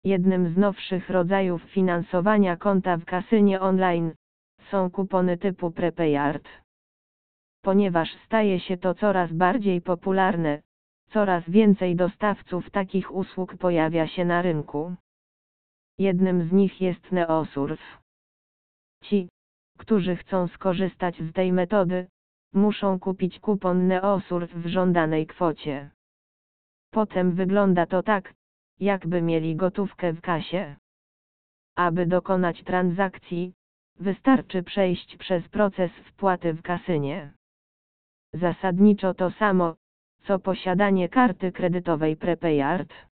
Jednym z nowszych rodzajów finansowania konta w kasynie online są kupony typu Prepayard. Ponieważ staje się to coraz bardziej popularne, coraz więcej dostawców takich usług pojawia się na rynku. Jednym z nich jest Neosurf. Ci, którzy chcą skorzystać z tej metody, muszą kupić kupon Neosurf w żądanej kwocie. Potem wygląda to tak, jakby mieli gotówkę w kasie. Aby dokonać transakcji, wystarczy przejść przez proces wpłaty w kasynie. Zasadniczo to samo, co posiadanie karty kredytowej Prepayard.